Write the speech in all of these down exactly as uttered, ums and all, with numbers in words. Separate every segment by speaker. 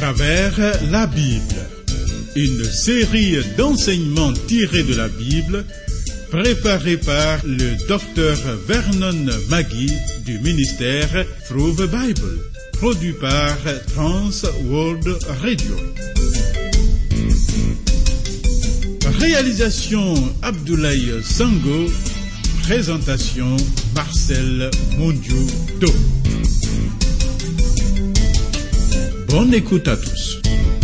Speaker 1: travers la Bible, une série d'enseignements tirés de la Bible, préparée par le docteur Vernon Magui du ministère Through the Bible, produit par Trans World Radio. Réalisation Abdoulaye Sango, présentation Marcel Mondiou-Do. Bonne écoute à tous.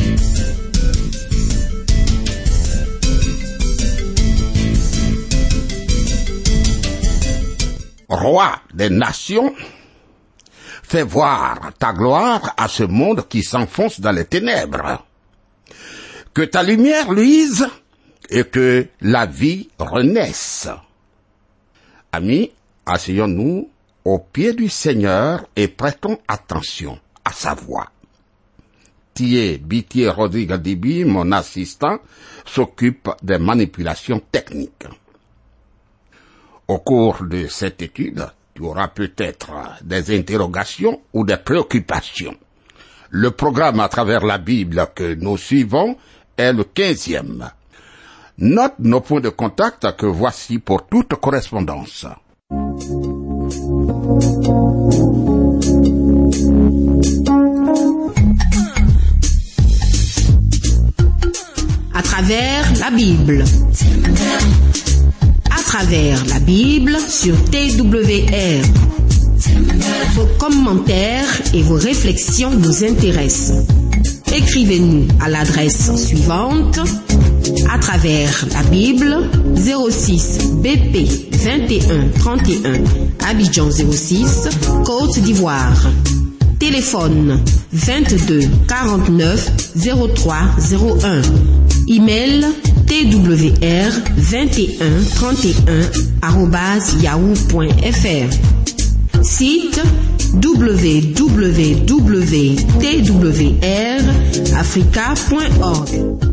Speaker 2: Roi des nations, fais voir ta gloire à ce monde qui s'enfonce dans les ténèbres. Que ta lumière luise et que la vie renaisse. Amis, asseyons-nous au pied du Seigneur et prêtons attention à sa voix. Thier Bitier Rodrigue Dibi, mon assistant, s'occupe des manipulations techniques. Au cours de cette étude, tu auras peut-être des interrogations ou des préoccupations. Le programme à travers la Bible que nous suivons est le quinzième. Note nos points de contact que voici pour toute correspondance.
Speaker 3: À travers la Bible. À travers la Bible sur T W R. Vos commentaires et vos réflexions nous intéressent. Écrivez-nous à l'adresse suivante: à travers la Bible, zéro six B P vingt et un trente et un, Abidjan zéro six, Côte d'Ivoire. Téléphone vingt-deux quarante-neuf zéro trois zéro un. Email T W R vingt et un trente et un arobase yahoo point f r. Site w w w point t w r africa point org.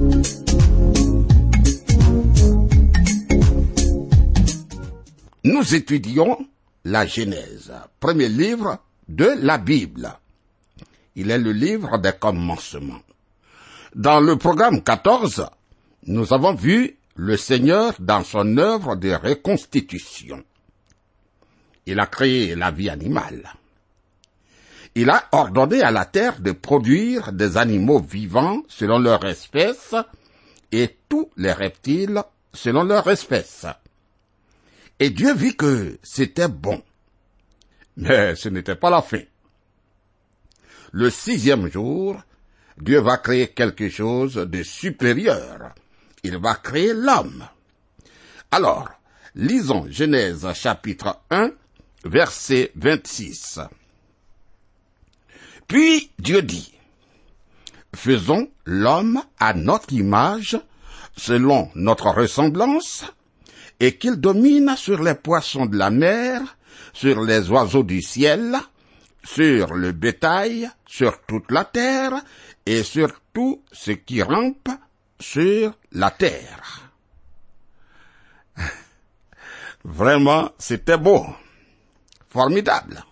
Speaker 2: Nous étudions la Genèse, premier livre de la Bible. Il est le livre des commencements. Dans le programme quatorze, nous avons vu le Seigneur dans son œuvre de reconstitution. Il a créé la vie animale. Il a ordonné à la terre de produire des animaux vivants selon leur espèce et tous les reptiles selon leur espèce. Et Dieu vit que c'était bon. Mais ce n'était pas la fin. Le sixième jour, Dieu va créer quelque chose de supérieur. Il va créer l'homme. Alors, lisons Genèse chapitre un, verset vingt-six. Puis Dieu dit, « Faisons l'homme à notre image, selon notre ressemblance, et qu'il domine sur les poissons de la mer, sur les oiseaux du ciel, sur le bétail, sur toute la terre, et sur tout ce qui rampe sur la terre. » Vraiment, c'était beau, formidable.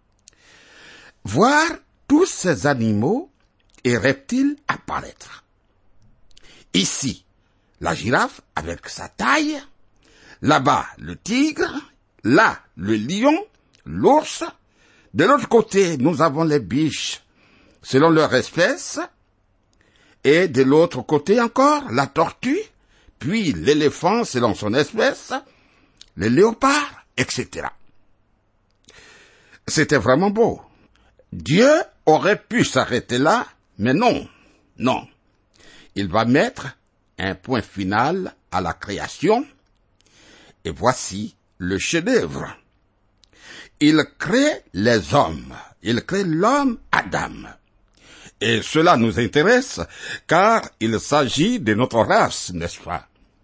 Speaker 2: Voir tous ces animaux et reptiles apparaître. Ici, la girafe avec sa taille, là-bas le tigre, là le lion, l'ours. De l'autre côté, nous avons les biches selon leur espèce, et de l'autre côté encore, la tortue, puis l'éléphant selon son espèce, le léopard, et cetera. C'était vraiment beau. Dieu aurait pu s'arrêter là, mais non, non. Il va mettre un point final à la création, et voici le chef-d'œuvre. Il crée les hommes, il crée l'homme Adam. Et cela nous intéresse, car il s'agit de notre race, n'est-ce pas?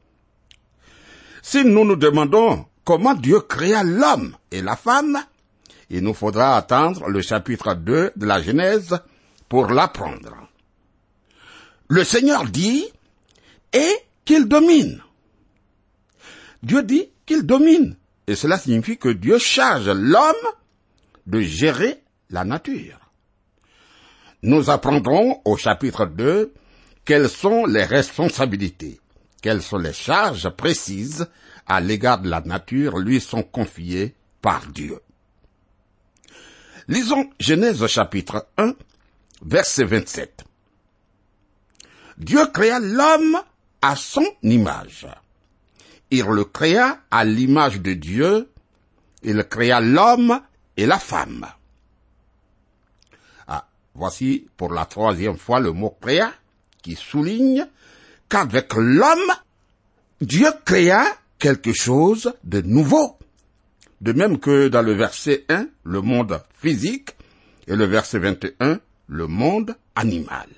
Speaker 2: Si nous nous demandons comment Dieu créa l'homme et la femme, il nous faudra attendre le chapitre deux de la Genèse pour l'apprendre. Le Seigneur dit, et qu'il domine. Dieu dit qu'il domine. Et cela signifie que Dieu charge l'homme de gérer la nature. nous apprendrons au chapitre deux quelles sont les responsabilités, quelles sont les charges précises à l'égard de la nature lui sont confiées par Dieu. Lisons Genèse chapitre un, verset vingt-sept. Dieu créa l'homme à son image. Il le créa à l'image de Dieu. Il créa l'homme et la femme. Ah, voici pour la troisième fois le mot créa qui souligne qu'avec l'homme, Dieu créa quelque chose de nouveau. De même que dans le verset un, le monde physique, et le verset vingt et un, le monde animal.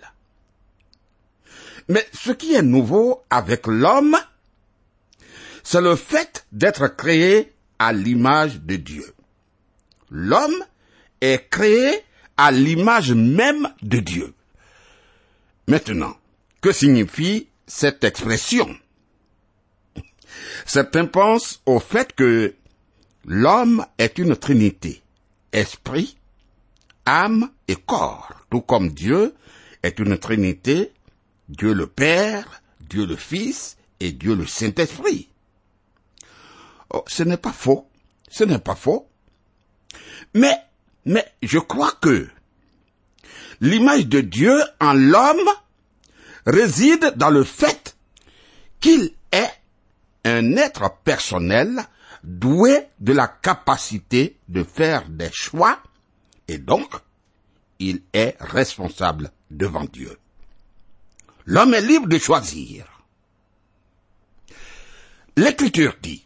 Speaker 2: Mais ce qui est nouveau avec l'homme, c'est le fait d'être créé à l'image de Dieu. L'homme est créé à l'image même de Dieu. Maintenant, que signifie cette expression? Certains pensent au fait que l'homme est une trinité, esprit, âme et corps, tout comme Dieu est une trinité, Dieu le Père, Dieu le Fils et Dieu le Saint-Esprit. Oh, ce n'est pas faux, ce n'est pas faux. Mais, mais je crois que l'image de Dieu en l'homme réside dans le fait qu'il est un être personnel doué de la capacité de faire des choix et donc il est responsable devant Dieu. L'homme est libre de choisir. L'Écriture dit,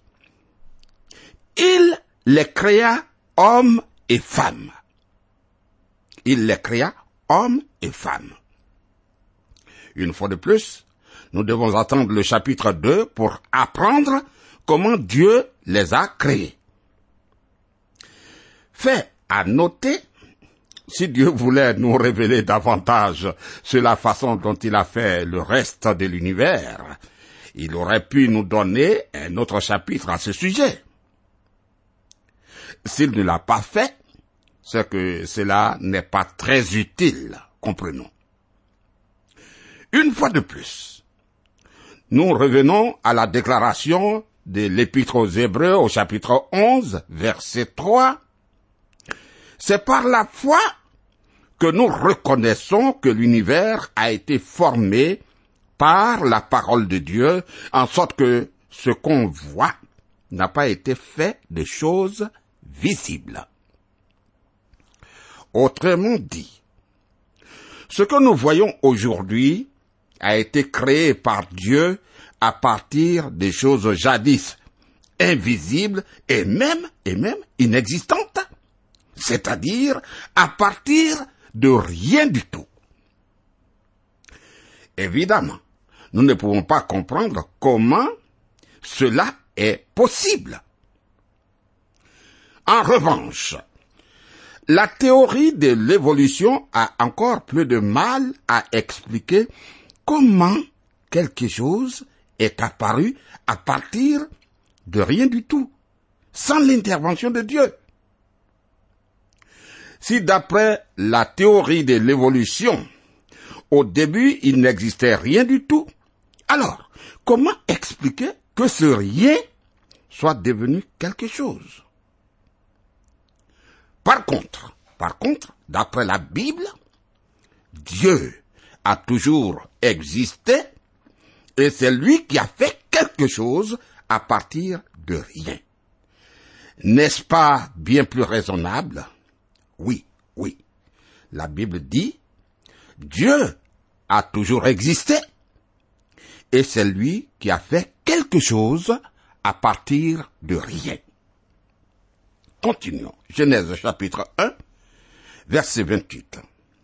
Speaker 2: il les créa hommes et femmes. Il les créa hommes et femmes. Une fois de plus, nous devons attendre le chapitre deux pour apprendre comment Dieu les a créés. Fait à noter, si Dieu voulait nous révéler davantage sur la façon dont il a fait le reste de l'univers, il aurait pu nous donner un autre chapitre à ce sujet. S'il ne l'a pas fait, c'est que cela n'est pas très utile, comprenons. Une fois de plus, nous revenons à la déclaration de l'Épître aux Hébreux au chapitre onze, verset trois. C'est par la foi que nous reconnaissons que l'univers a été formé par la parole de Dieu, en sorte que ce qu'on voit n'a pas été fait de choses visibles. Autrement dit, ce que nous voyons aujourd'hui a été créé par Dieu à partir des choses jadis invisibles et même, et même inexistantes, c'est-à-dire à partir de rien du tout. Évidemment, nous ne pouvons pas comprendre comment cela est possible. En revanche, la théorie de l'évolution a encore plus de mal à expliquer comment quelque chose est apparu à partir de rien du tout, sans l'intervention de Dieu. Si d'après la théorie de l'évolution, au début il n'existait rien du tout, alors comment expliquer que ce rien soit devenu quelque chose? Par contre, par contre, d'après la Bible, Dieu a toujours existé et c'est lui qui a fait quelque chose à partir de rien. N'est-ce pas bien plus raisonnable? Oui, oui. La Bible dit, Dieu a toujours existé et c'est lui qui a fait quelque chose à partir de rien. Continuons. Genèse chapitre un, verset vingt-huit.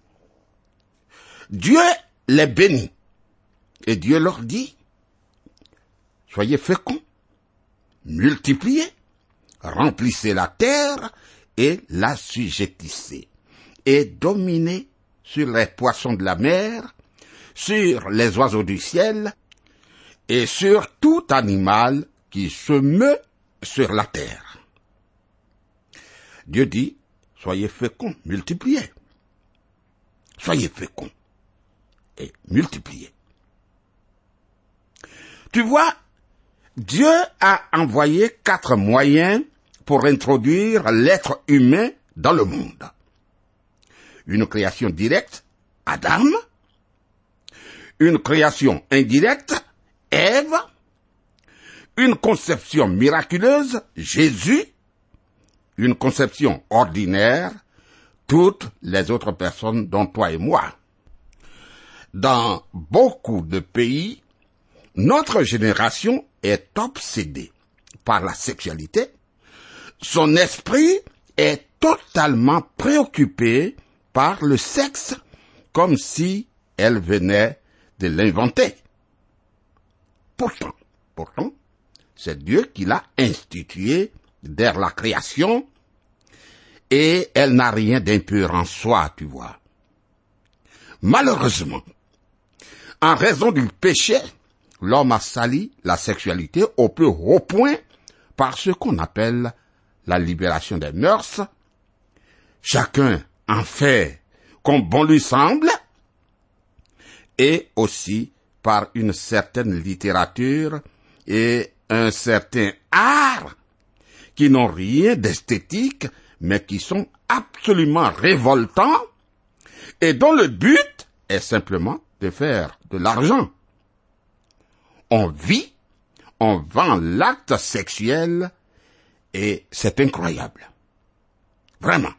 Speaker 2: Dieu les bénit et Dieu leur dit, soyez féconds, multipliez, remplissez la terre et l'assujettissez, et dominez sur les poissons de la mer, sur les oiseaux du ciel, et sur tout animal qui se meut sur la terre. Dieu dit, soyez féconds, multipliez. soyez féconds et multipliez. Tu vois, Dieu a envoyé quatre moyens pour introduire l'être humain dans le monde. Une création directe, Adam. Une création indirecte, Ève. Une conception miraculeuse, Jésus. Une conception ordinaire, toutes les autres personnes dont toi et moi. Dans beaucoup de pays, notre génération est obsédée par la sexualité. Son esprit est totalement préoccupé par le sexe, comme si elle venait de l'inventer. Pourtant, pourtant, c'est Dieu qui l'a institué dès la création, et elle n'a rien d'impur en soi, tu vois. Malheureusement, en raison du péché, l'homme a sali la sexualité au plus haut point par ce qu'on appelle la libération des mœurs. Chacun en fait comme bon lui semble, et aussi par une certaine littérature et un certain art qui n'ont rien d'esthétique, mais qui sont absolument révoltants et dont le but est simplement de faire de l'argent. On vit, on vend l'acte sexuel et c'est incroyable. Vraiment.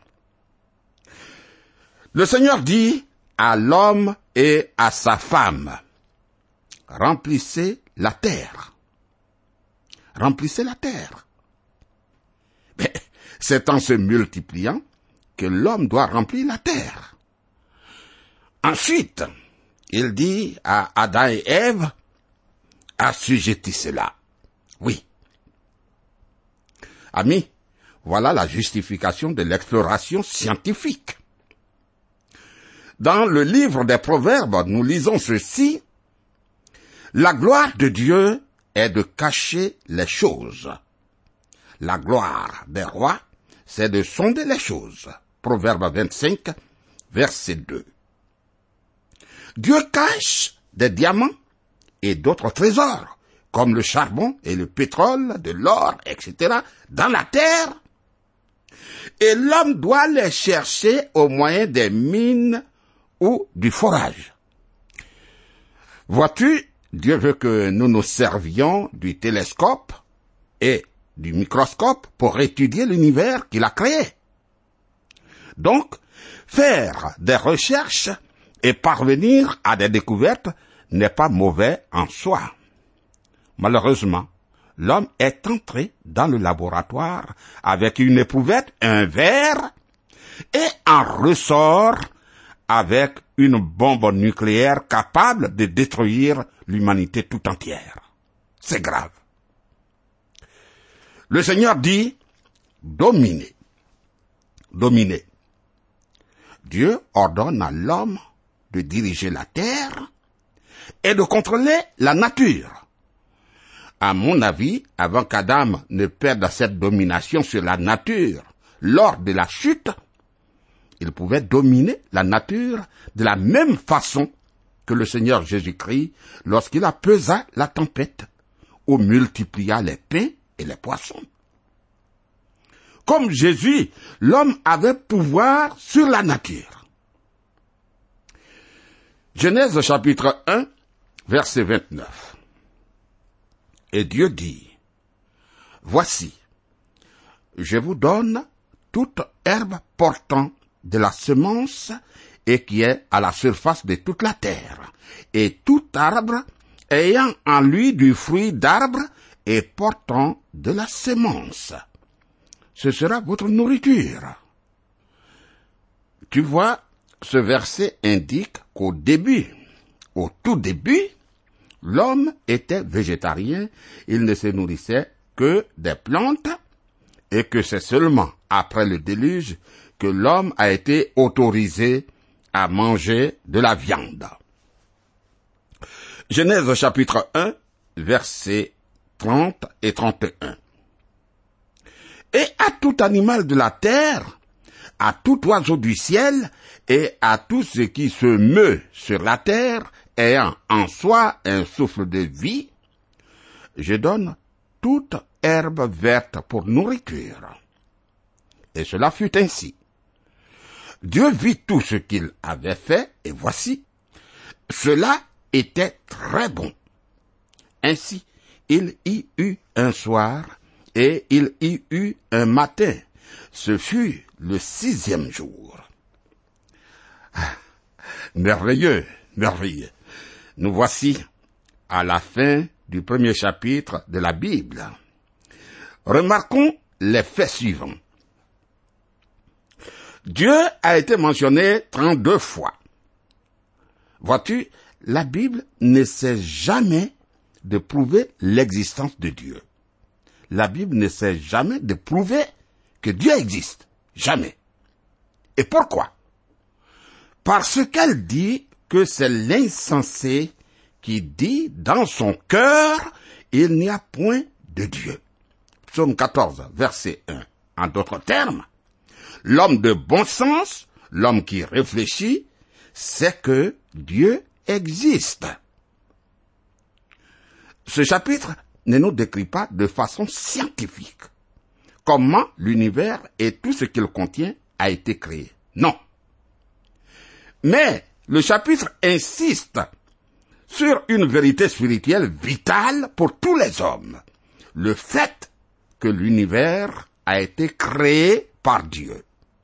Speaker 2: Le Seigneur dit à l'homme et à sa femme, remplissez la terre. Remplissez la terre. Mais c'est en se multipliant que l'homme doit remplir la terre. Ensuite, il dit à Adam et Ève, assujettissez-la. Oui. Amis, voilà la justification de l'exploration scientifique. Dans le livre des Proverbes, nous lisons ceci. La gloire de Dieu est de cacher les choses. La gloire des rois, c'est de sonder les choses. Proverbe vingt-cinq, verset deux. Dieu cache des diamants et d'autres trésors, comme le charbon et le pétrole, de l'or, et cetera, dans la terre. Et l'homme doit les chercher au moyen des mines ou du forage. Vois-tu, Dieu veut que nous nous servions du télescope et du microscope pour étudier l'univers qu'il a créé. Donc, faire des recherches et parvenir à des découvertes n'est pas mauvais en soi. Malheureusement, l'homme est entré dans le laboratoire avec une éprouvette, un verre, et en ressort avec une bombe nucléaire capable de détruire l'humanité tout entière. C'est grave. Le Seigneur dit, dominez. Dominez. Dieu ordonne à l'homme de diriger la terre et de contrôler la nature. À mon avis, avant qu'Adam ne perde cette domination sur la nature lors de la chute, il pouvait dominer la nature de la même façon que le Seigneur Jésus-Christ lorsqu'il apesa la tempête ou multiplia les pains et les poissons. Comme Jésus, l'homme avait pouvoir sur la nature. Genèse chapitre un, verset vingt-neuf. Et Dieu dit, « Voici, je vous donne toute herbe portant de la semence et qui est à la surface de toute la terre, et tout arbre ayant en lui du fruit d'arbre et portant de la semence. Ce sera votre nourriture. » Tu vois, ce verset indique qu'au début, au tout début, l'homme était végétarien, il ne se nourrissait que des plantes, et que c'est seulement après le déluge que l'homme a été autorisé à manger de la viande. Genèse chapitre un, versets trente et trente et un. Et à tout animal de la terre, à tout oiseau du ciel et à tout ce qui se meut sur la terre, ayant en soi un souffle de vie, je donne toute herbe verte pour nourriture. Et cela fut ainsi. Dieu vit tout ce qu'il avait fait, et voici, cela était très bon. Ainsi, il y eut un soir, et il y eut un matin. Ce fut le sixième jour. Ah, merveilleux, merveilleux. Nous voici à la fin du premier chapitre de la Bible. Remarquons les faits suivants. Dieu a été mentionné trente-deux fois. Vois-tu, la Bible ne sait jamais de prouver l'existence de Dieu. La Bible ne sait jamais de prouver que Dieu existe. Jamais. Et pourquoi? Parce qu'elle dit que c'est l'insensé qui dit dans son cœur, il n'y a point de Dieu. Psaume quatorze, verset un. En d'autres termes, l'homme de bon sens, l'homme qui réfléchit, sait que Dieu existe. Ce chapitre ne nous décrit pas de façon scientifique comment l'univers et tout ce qu'il contient a été créé. Non. Mais le chapitre insiste sur une vérité spirituelle vitale pour tous les hommes. Le fait que l'univers a été créé par Dieu.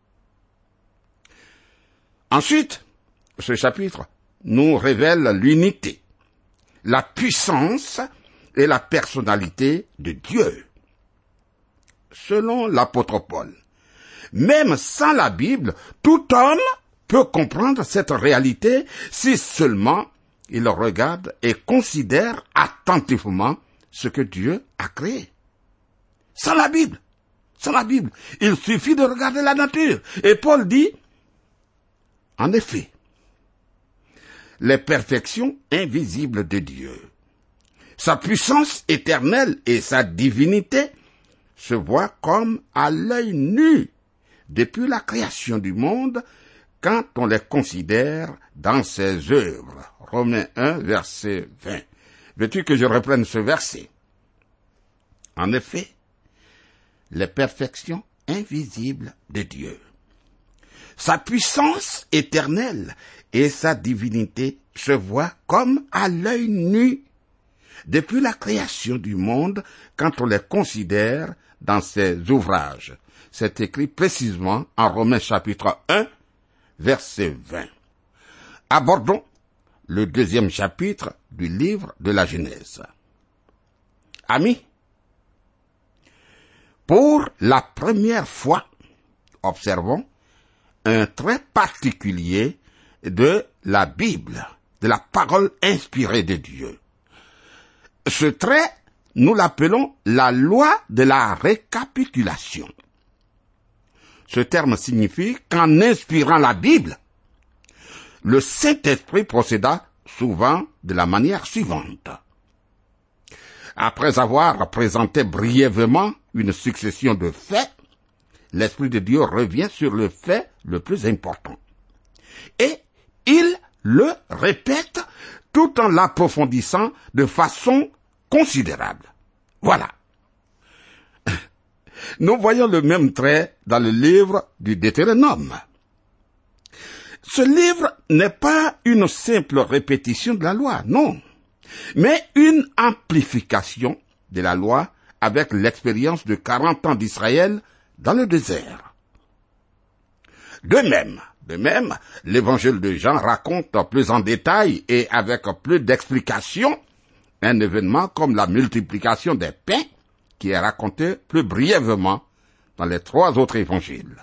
Speaker 2: Ensuite, ce chapitre nous révèle l'unité, la puissance et la personnalité de Dieu. Selon l'apôtre Paul, même sans la Bible, tout homme peut comprendre cette réalité si seulement il regarde et considère attentivement ce que Dieu a créé. Sans la Bible, sans la Bible, il suffit de regarder la nature. Et Paul dit, en effet, les perfections invisibles de Dieu, sa puissance éternelle et sa divinité se voient comme à l'œil nu depuis la création du monde quand on les considère dans ses œuvres. Romains un, verset vingt. Veux-tu que je reprenne ce verset? En effet, les perfections invisibles de Dieu, sa puissance éternelle et sa divinité se voient comme à l'œil nu depuis la création du monde quand on les considère dans ses ouvrages. C'est écrit précisément en Romains chapitre un, verset vingt. Abordons le deuxième chapitre du livre de la Genèse. Amis, pour la première fois, observons un trait particulier de la Bible, de la parole inspirée de Dieu. Ce trait, nous l'appelons la loi de la récapitulation. Ce terme signifie qu'en inspirant la Bible, le Saint-Esprit procéda souvent de la manière suivante. Après avoir présenté brièvement une succession de faits, l'Esprit de Dieu revient sur le fait le plus important. Et il le répète tout en l'approfondissant de façon considérable. Voilà. Nous voyons le même trait dans le livre du Deutéronome. Ce livre n'est pas une simple répétition de la loi, non, mais une amplification de la loi avec l'expérience de quarante ans d'Israël dans le désert. De même, de même, l'évangile de Jean raconte plus en détail et avec plus d'explications un événement comme la multiplication des pains qui est raconté plus brièvement dans les trois autres évangiles.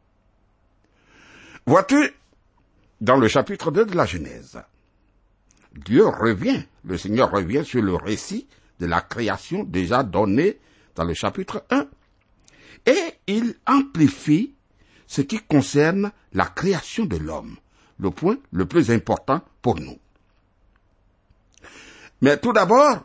Speaker 2: Vois-tu, dans le chapitre deux de la Genèse, Dieu revient, le Seigneur revient sur le récit de la création déjà donné dans le chapitre un. Et il amplifie ce qui concerne la création de l'homme, le point le plus important pour nous. Mais tout d'abord,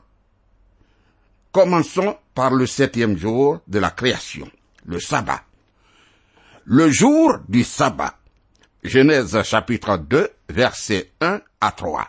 Speaker 2: commençons par le septième jour de la création, le sabbat. le jour du sabbat. Genèse chapitre deux, versets un à trois.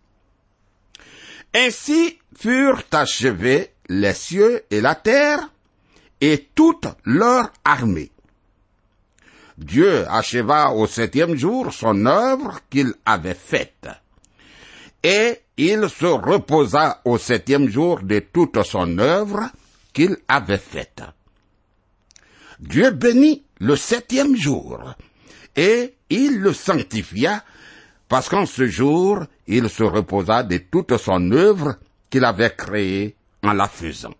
Speaker 2: Ainsi furent achevés les cieux et la terre et toute leur armée. Dieu acheva au septième jour son œuvre qu'il avait faite. Et il se reposa au septième jour de toute son œuvre qu'il avait faite. Dieu bénit le septième jour, et il le sanctifia, parce qu'en ce jour, il se reposa de toute son œuvre qu'il avait créée en la faisant.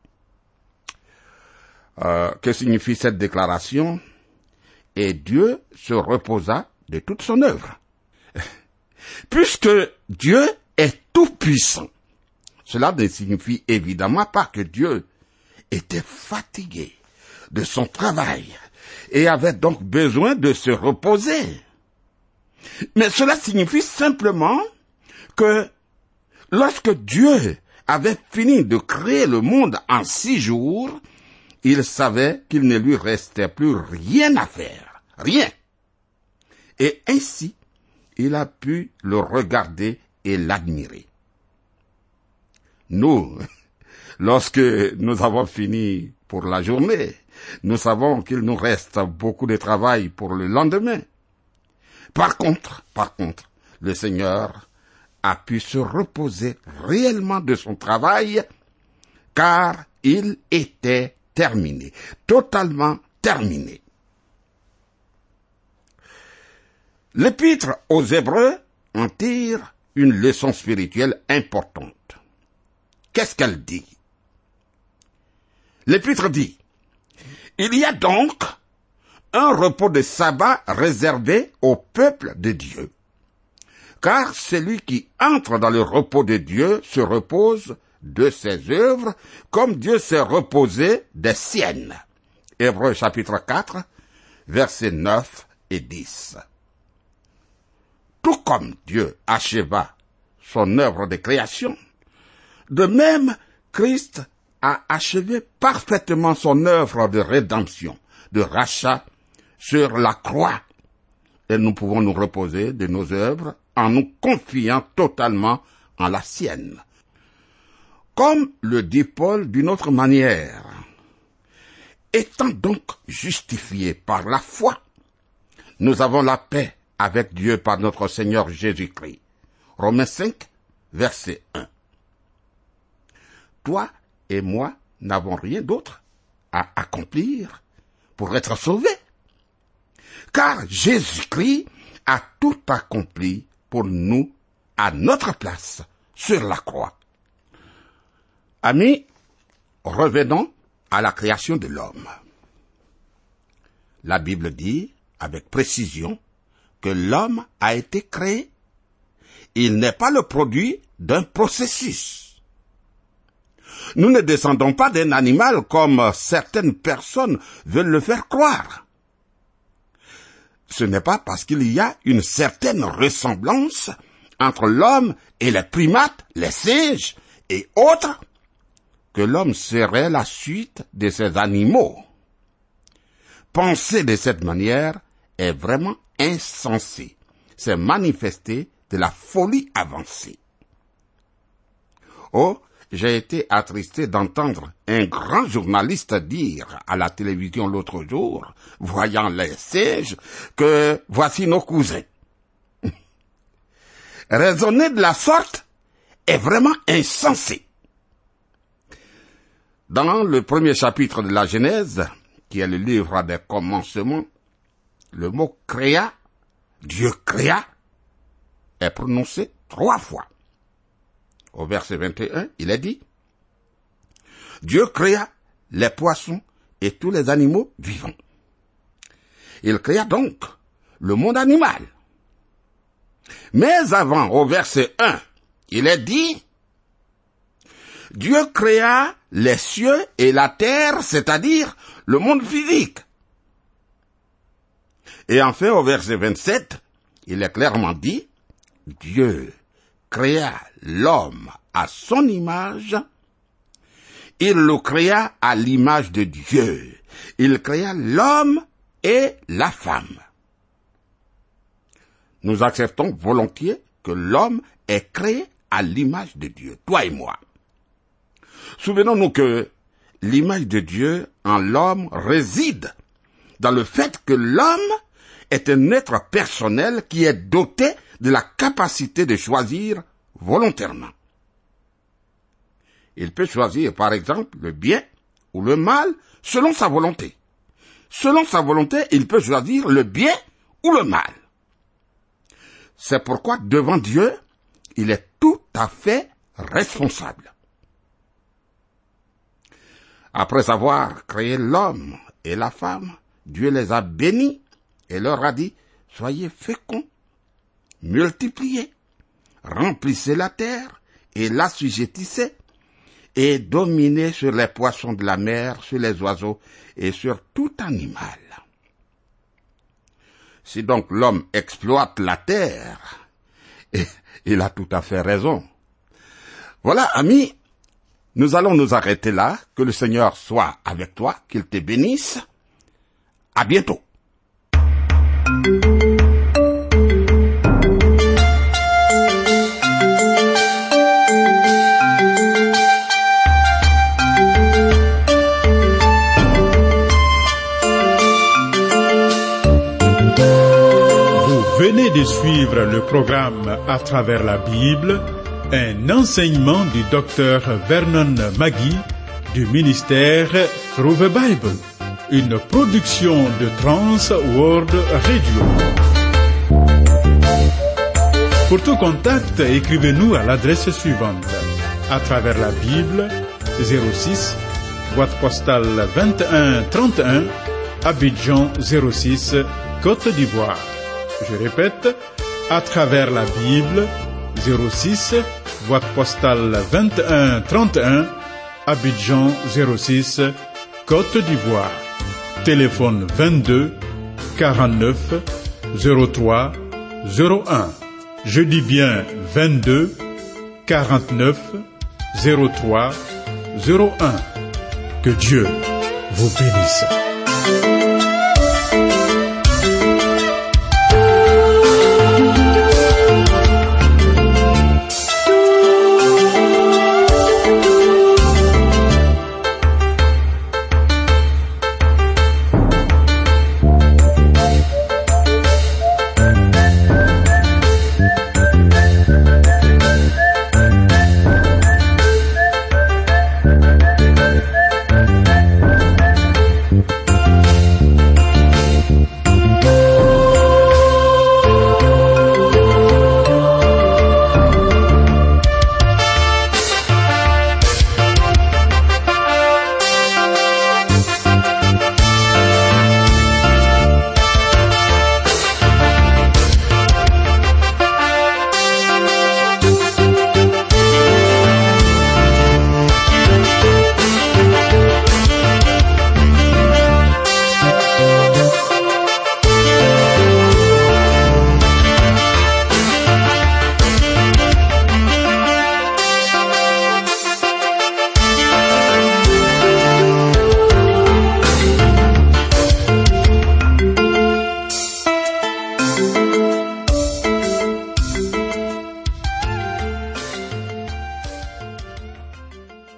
Speaker 2: Euh, que signifie cette déclaration? Et Dieu se reposa de toute son œuvre. Puisque Dieu est tout-puissant, cela ne signifie évidemment pas que Dieu était fatigué de son travail et avait donc besoin de se reposer. Mais cela signifie simplement que lorsque Dieu avait fini de créer le monde en six jours, il savait qu'il ne lui restait plus rien à faire, rien. Et ainsi, il a pu le regarder et l'admirer. Nous, lorsque nous avons fini pour la journée, nous savons qu'il nous reste beaucoup de travail pour le lendemain. Par contre, par contre, le Seigneur a pu se reposer réellement de son travail, car il était terminé, totalement terminé. L'Épître aux Hébreux en tire une leçon spirituelle importante. Qu'est-ce qu'elle dit? L'Épître dit: il y a donc un repos de sabbat réservé au peuple de Dieu. Car celui qui entre dans le repos de Dieu se repose de ses œuvres, comme Dieu s'est reposé des siennes. Hébreux chapitre quatre, versets neuf et dix. Tout comme Dieu acheva son œuvre de création, de même Christ a achevé parfaitement son œuvre de rédemption, de rachat sur la croix. Et nous pouvons nous reposer de nos œuvres en nous confiant totalement en la sienne. Comme le dit Paul d'une autre manière, étant donc justifiés par la foi, nous avons la paix avec Dieu par notre Seigneur Jésus-Christ. Romains cinq, verset un. Toi et moi n'avons rien d'autre à accomplir pour être sauvés, car Jésus-Christ a tout accompli pour nous à notre place sur la croix. Amis, revenons à la création de l'homme. La Bible dit avec précision que l'homme a été créé. Il n'est pas le produit d'un processus. Nous ne descendons pas d'un animal comme certaines personnes veulent le faire croire. Ce n'est pas parce qu'il y a une certaine ressemblance entre l'homme et les primates, les singes et autres, que l'homme serait la suite de ces animaux. Penser de cette manière est vraiment insensé. C'est manifester de la folie avancée. Oh, j'ai été attristé d'entendre un grand journaliste dire à la télévision l'autre jour, voyant les singes, que voici nos cousins. Raisonner de la sorte est vraiment insensé. Dans le premier chapitre de la Genèse, qui est le livre des commencements, le mot « créa », Dieu créa, est prononcé trois fois. Au verset vingt et un, il est dit: Dieu créa les poissons et tous les animaux vivants. Il créa donc le monde animal. Mais avant, au verset un, il est dit: Dieu créa les cieux et la terre, c'est-à-dire le monde physique. Et enfin, au verset vingt-sept, il est clairement dit: Dieu créa l'homme à son image, il le créa à l'image de Dieu. Il créa l'homme et la femme. Nous acceptons volontiers que l'homme est créé à l'image de Dieu, toi et moi. Souvenons-nous que l'image de Dieu en l'homme réside dans le fait que l'homme est un être personnel qui est doté de la capacité de choisir volontairement. Il peut choisir, par exemple, le bien ou le mal selon sa volonté. Selon sa volonté, il peut choisir le bien ou le mal. C'est pourquoi, devant Dieu, il est tout à fait responsable. Après avoir créé l'homme et la femme, Dieu les a bénis et leur a dit, « Soyez féconds, multipliez, remplissez la terre et l'assujettissez, et dominez sur les poissons de la mer, sur les oiseaux et sur tout animal. » Si donc l'homme exploite la terre, il a tout à fait raison. Voilà, amis, nous allons nous arrêter là. Que le Seigneur soit avec toi, qu'il te bénisse. À bientôt.
Speaker 1: Venez de suivre le programme À travers la Bible, un enseignement du docteur Vernon Magui du ministère Through the Bible, une production de Trans World Radio. Pour tout contact, écrivez-nous à l'adresse suivante: À travers la Bible, zéro six, boîte postale vingt et un trente et un, Abidjan zéro six, Côte d'Ivoire. Je répète, À travers la Bible, zéro six, boîte postale vingt et un trente et un, Abidjan zéro six, Côte d'Ivoire. Téléphone vingt-deux quarante-neuf zéro trois zéro un. Je dis bien vingt-deux quarante-neuf zéro trois zéro un. Que Dieu vous bénisse.